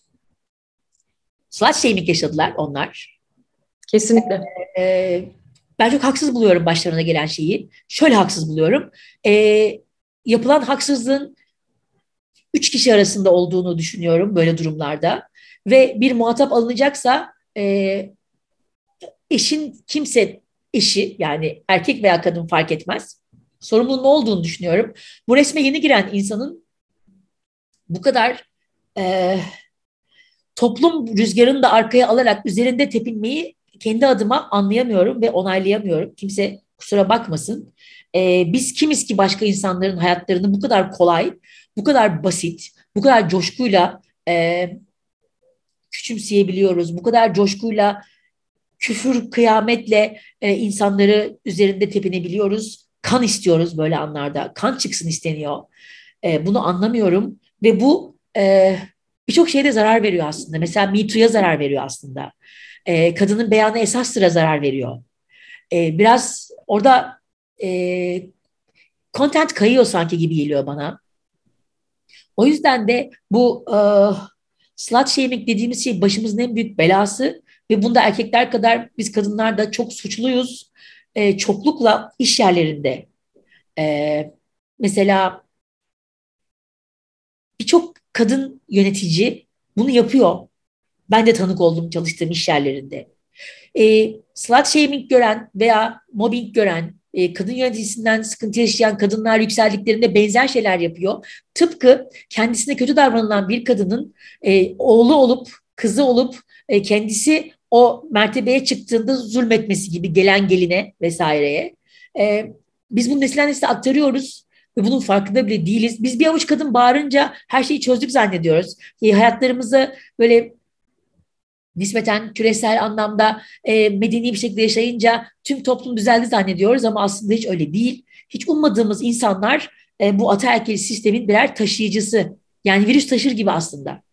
slut shaming yaşadılar onlar. Kesinlikle. E, Ben çok haksız buluyorum başlarına gelen şeyi. Şöyle haksız buluyorum. E, Yapılan haksızlığın üç kişi arasında olduğunu düşünüyorum böyle durumlarda. Ve bir muhatap alınacaksa e, eşin kimse eşi yani erkek veya kadın fark etmez. Sorumluluğun ne olduğunu düşünüyorum. Bu resme yeni giren insanın bu kadar e, toplum rüzgarını da arkaya alarak üzerinde tepinmeyi kendi adıma anlayamıyorum ve onaylayamıyorum. Kimse kusura bakmasın. Ee, biz kimiz ki başka insanların hayatlarını bu kadar kolay, bu kadar basit, bu kadar coşkuyla e, küçümseyebiliyoruz. Bu kadar coşkuyla küfür, kıyametle e, insanları üzerinde tepinebiliyoruz. Kan istiyoruz böyle anlarda. Kan çıksın isteniyor. E, bunu anlamıyorum ve bu e, birçok şeye de zarar veriyor aslında. Mesela Me Too'ya zarar veriyor aslında. E, kadının beyanı esastıra zarar veriyor. E, biraz orada e, content kayıyor sanki gibi geliyor bana. O yüzden de bu e, slut shaming dediğimiz şey başımızın en büyük belası ve bunda erkekler kadar biz kadınlar da çok suçluyuz. E, çoklukla iş yerlerinde e, mesela birçok kadın yönetici bunu yapıyor. Ben de tanık oldum çalıştığım iş yerlerinde. E, slut shaming gören veya mobbing gören, e, kadın yöneticisinden sıkıntı yaşayan kadınlar yükseldiklerinde benzer şeyler yapıyor. Tıpkı kendisine kötü davranılan bir kadının e, oğlu olup, kızı olup e, kendisi o mertebeye çıktığında zulmetmesi gibi gelen geline vesaireye. E, Biz bunu nesilden nesile aktarıyoruz ve bunun farkında bile değiliz. Biz bir avuç kadın bağırınca her şeyi çözdük zannediyoruz. E, hayatlarımızı böyle nispeten küresel anlamda e, medeni bir şekilde yaşayınca tüm toplum düzeldi zannediyoruz ama aslında hiç öyle değil. Hiç ummadığımız insanlar e, bu ataerkil sistemin birer taşıyıcısı. Yani virüs taşır gibi aslında.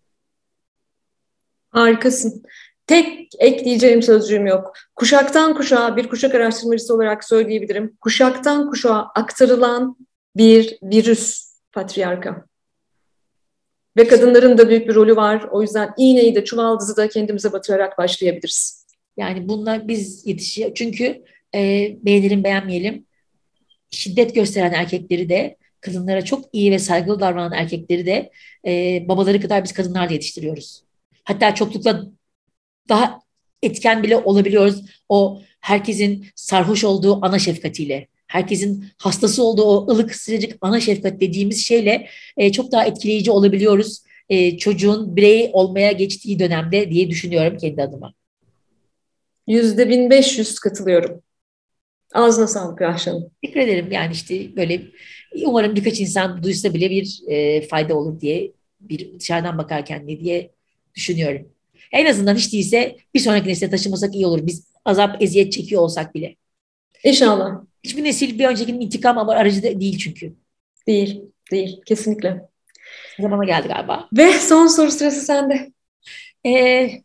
Harikasın. Tek ekleyeceğim sözcüğüm yok. Kuşaktan kuşağa bir kuşak araştırmacısı olarak söyleyebilirim. Kuşaktan kuşağa aktarılan bir virüs patriarka. Ve kadınların da büyük bir rolü var. O yüzden iğneyi de çuvaldızı da kendimize batırarak başlayabiliriz. Yani bunlar biz yetişiyor. Çünkü e, beğenelim beğenmeyelim şiddet gösteren erkekleri de kadınlara çok iyi ve saygılı davranan erkekleri de e, babaları kadar biz kadınlar da yetiştiriyoruz. Hatta çoklukla daha etken bile olabiliyoruz. O herkesin sarhoş olduğu ana şefkatiyle, herkesin hastası olduğu o ılık sıcacık ana şefkat dediğimiz şeyle e, çok daha etkileyici olabiliyoruz. E, çocuğun birey olmaya geçtiği dönemde diye düşünüyorum kendi adıma. Yüzde bin beş yüz katılıyorum. Ağzına sağlık Rahşan. Teşekkür ederim. Yani işte böyle umarım birkaç insan duysa bile bir e, fayda olur diye bir dışarıdan bakarken ne diye düşünüyorum. En azından hiç değilse bir sonraki nesile taşımasak iyi olur. Biz azap, eziyet çekiyor olsak bile. İnşallah. Hiçbir nesil bir öncekinin intikam ama aracı da değil çünkü. Değil, değil. Kesinlikle. Zamana geldi galiba. Ve son soru sırası sende. Ee,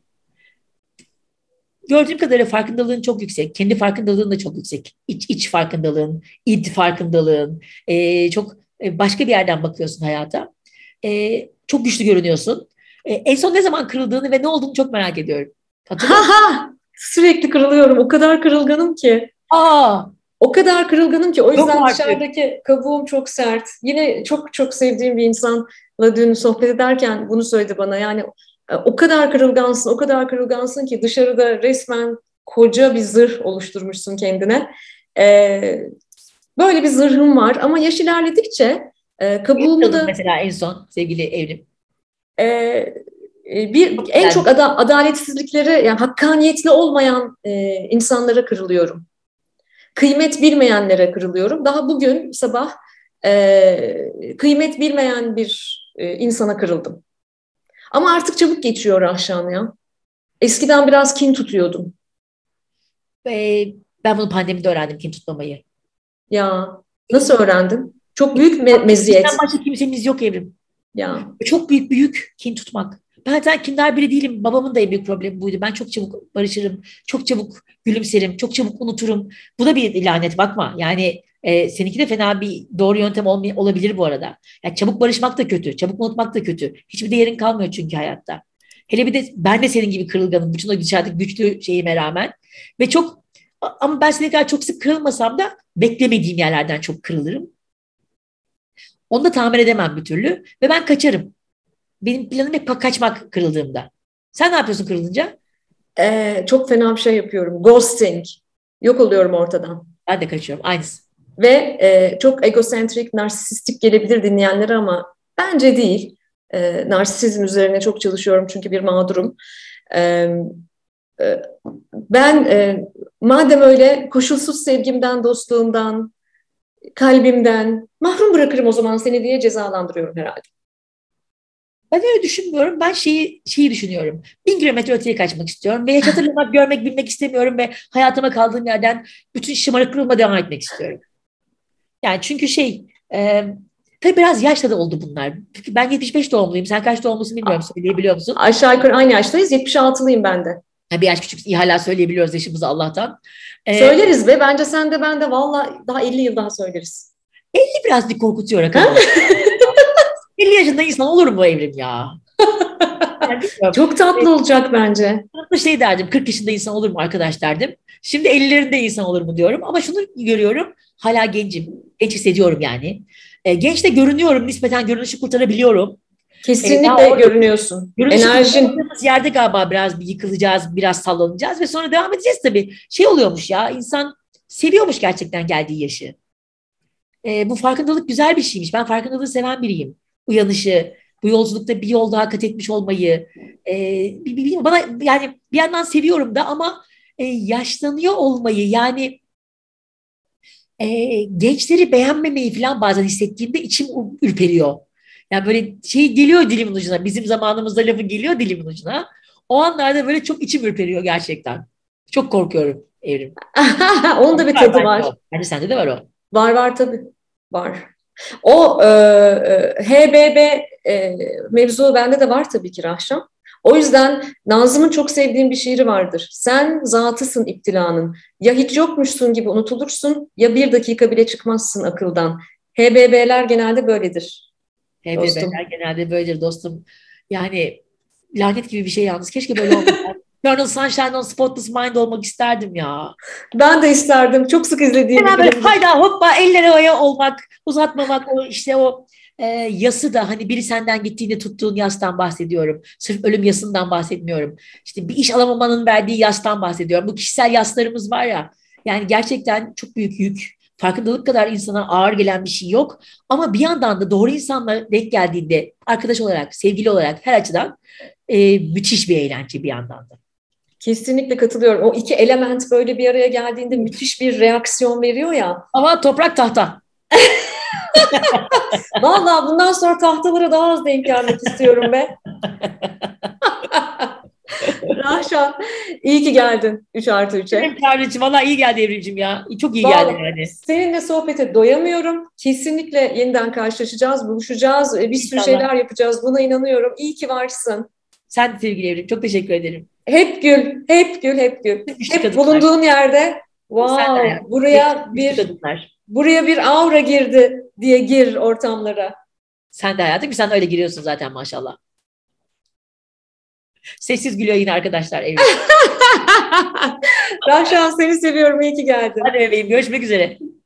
Gördüğüm kadarıyla farkındalığın çok yüksek. Kendi farkındalığın da çok yüksek. İç, iç farkındalığın, id farkındalığın. Ee, çok e, başka bir yerden bakıyorsun hayata. Ee, çok güçlü görünüyorsun. Ee, en son ne zaman kırıldığını ve ne olduğunu çok merak ediyorum. Hatırlıyor Ha musun? ha! Sürekli kırılıyorum. O kadar kırılganım ki. Aa, O kadar kırılganım ki. O yok yüzden artık. dışarıdaki kabuğum çok sert. Yine çok çok sevdiğim bir insanla dün sohbet ederken bunu söyledi bana. Yani e, o kadar kırılgansın, o kadar kırılgansın ki dışarıda resmen koca bir zırh oluşturmuşsun kendine. Ee, Böyle bir zırhım var ama yaş ilerledikçe e, Ne kabuğumu kırıldın da mesela en son sevgili Evrim? e, e, bir Çok en çok güzel. ada, adaletsizliklere yani hakkaniyetli olmayan e, insanlara kırılıyorum. Kıymet bilmeyenlere kırılıyorum. Daha bugün sabah e, kıymet bilmeyen bir e, insana kırıldım. Ama artık çabuk geçiyor Rahşan ya. Eskiden biraz kin tutuyordum. Ee, Ben bunu pandemide öğrendim kim tutmamayı. Ya nasıl öğrendin? Çok büyük me- Bizden meziyet. başka kimsemiz yok Evrim. Ya. Çok büyük bir yük kin tutmak. Ben zaten kindar biri değilim. Babamın da en büyük problemi buydu. Ben çok çabuk barışırım. Çok çabuk gülümserim. Çok çabuk unuturum. Bu da bir lanet bakma. Yani e, seninki de fena bir doğru yöntem olmay- olabilir bu arada. Yani çabuk barışmak da kötü. Çabuk unutmak da kötü. Hiçbir değerin kalmıyor çünkü hayatta. Hele bir de ben de senin gibi kırılganım. Bütün o dışarıdaki güçlü şeyime rağmen. Ve çok ama ben senin kadar çok sık kırılmasam da beklemediğim yerlerden çok kırılırım. Onu da tahammül edemem bir türlü. Ve ben kaçarım. Benim planım hep kaçmak kırıldığımda. Sen ne yapıyorsun kırılınca? E, çok fena bir şey yapıyorum. Ghosting. Yok oluyorum ortadan. Ben de kaçıyorum. Aynısı. Ve e, çok egosentrik, narsistik gelebilir dinleyenlere ama bence değil. E, narsisizm üzerine çok çalışıyorum çünkü bir mağdurum. E, e, Ben e, madem öyle koşulsuz sevgimden, dostluğumdan, kalbimden mahrum bırakırım o zaman seni diye cezalandırıyorum herhalde. Ben öyle düşünmüyorum. Ben şeyi şeyi düşünüyorum. Bin kilometre öteye kaçmak istiyorum. Ve hiç hatırlamak, görmek, bilmek istemiyorum. Ve hayatıma kaldığım yerden bütün şımarıklığıma devam etmek istiyorum. Yani çünkü şey... E, tabii biraz yaşta da oldu bunlar. Çünkü ben yetmiş beş doğumluyum. Sen kaç doğumlusun bilmiyorum. Söyleyebiliyor musun? Aşağı yukarı aynı yaştayız. yetmiş altılıyım ben de. Ha, bir yaş küçük. Hala söyleyebiliyoruz yaşımızı Allah'tan. E, Söyleriz be. Bence sen de ben de valla daha elli yıl daha söyleriz. elli birazcık korkutuyor Ha? rakamı. elli yaşında insan olur mu Evrim ya? Yani bilmiyorum. Çok tatlı olacak bence. Sınıfta şey derdim, kırk yaşında insan olur mu arkadaş derdim. Şimdi ellilerinde insan olur mu diyorum. Ama şunu görüyorum, hala gencim. Genç hissediyorum yani. E, genç de görünüyorum, nispeten görünüşü kurtarabiliyorum. E, daha Kesinlikle orada görünüyorsun. görünüşü Enerjin. kurtaramadığımız yerde galiba biraz bir yıkılacağız, biraz sallanacağız ve sonra devam edeceğiz tabii. Şey oluyormuş ya, insan seviyormuş gerçekten geldiği yaşı. E, bu farkındalık güzel bir şeymiş. Ben farkındalığı seven biriyim. Uyanışı, bu yolculukta bir yol daha kat etmiş olmayı. E, bir, bir- bir- bana yani bir yandan seviyorum da ama e, yaşlanıyor olmayı yani e, gençleri beğenmemeyi falan bazen hissettiğimde içim ü- ürperiyor. Yani böyle şey geliyor dilimin ucuna. Bizim zamanımızda lafı geliyor dilimin ucuna. O anlarda böyle çok içim ürperiyor gerçekten. Çok korkuyorum Evrim. Onun da bir Var tadı bende var. o. Bence sende de var o. Var var tabii. Var. O e, e, H B B e, mevzu bende de var tabii ki Rahşan. O yüzden Nazım'ın çok sevdiğim bir şiiri vardır. Sen zatısın iptilanın. Ya hiç yokmuşsun gibi unutulursun ya bir dakika bile çıkmazsın akıldan. H B B'ler genelde böyledir H B B'ler dostum. genelde böyledir dostum. Yani lanet gibi bir şey yalnız. Keşke böyle olmasa. Eternal Sunshine on Spotless Mind olmak isterdim ya. Ben de isterdim. Çok sık izlediğim bir Hemen böyle filmdir. hayda hoppa eller havaya olmak, uzatmamak o işte o e, yası da hani biri senden gittiğinde tuttuğun yastan bahsediyorum. Sırf ölüm yasından bahsetmiyorum. İşte bir iş alamamanın verdiği yastan bahsediyorum. Bu kişisel yaslarımız var ya. Yani gerçekten çok büyük yük. Farkındalık kadar insana ağır gelen bir şey yok. Ama bir yandan da doğru insanla denk geldiğinde arkadaş olarak, sevgili olarak her açıdan e, müthiş bir eğlence bir yandan da. Kesinlikle katılıyorum. O iki element böyle bir araya geldiğinde müthiş bir reaksiyon veriyor ya. Ama toprak tahta. Vallahi bundan sonra tahtalara daha az denk gelmek istiyorum be. Rahşan, iyi ki geldin üç artı üçe. Benim kardeşim valla iyi geldi Evrimcim ya. Çok iyi geldi Vallahi yani. seninle sohbete doyamıyorum. Kesinlikle yeniden karşılaşacağız, buluşacağız. Bir sürü İnşallah. şeyler yapacağız. Buna inanıyorum. İyi ki varsın. Sen de sevgili Evrim. Çok teşekkür ederim. Hep gül, hep gül, hep gül. Güçlü Hep kadınlar. bulunduğun yerde Sen de wow, hayatım. buraya Güçlü bir kadınlar. buraya bir aura girdi diye gir ortamlara. Sen de hayatım. Sen de öyle giriyorsun zaten maşallah. Sessiz gülüyor yine arkadaşlar Evrim. Rahşan, seni seviyorum. İyi ki geldin. Hadi bebeğim görüşmek üzere.